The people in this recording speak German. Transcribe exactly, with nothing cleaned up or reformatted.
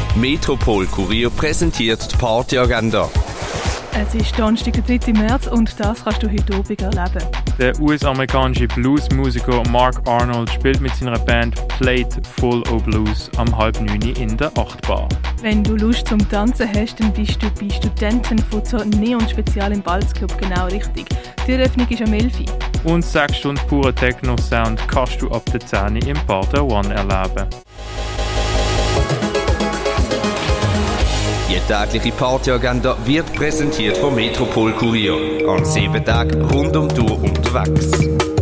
Metropol Kurier präsentiert die Partyagenda. Es ist Donnerstag, der dritte März und das kannst du heute Abend erleben. Der U S-amerikanische Bluesmusiker Mark Arnold spielt mit seiner Band Plate Full of Blues am halb neun in der acht Bar. Wenn du Lust zum Tanzen hast, dann bist du bei Studenten von so Neon Spezial im Balzclub genau richtig. Die Eröffnung ist am elf Uhr. Und sechs Stunden purer Techno-Sound kannst du ab der zehn Uhr im Parter One erleben. Die tägliche Partyagenda wird präsentiert vom Metropol Kurier. An sieben Tagen rund um die Uhr unterwegs.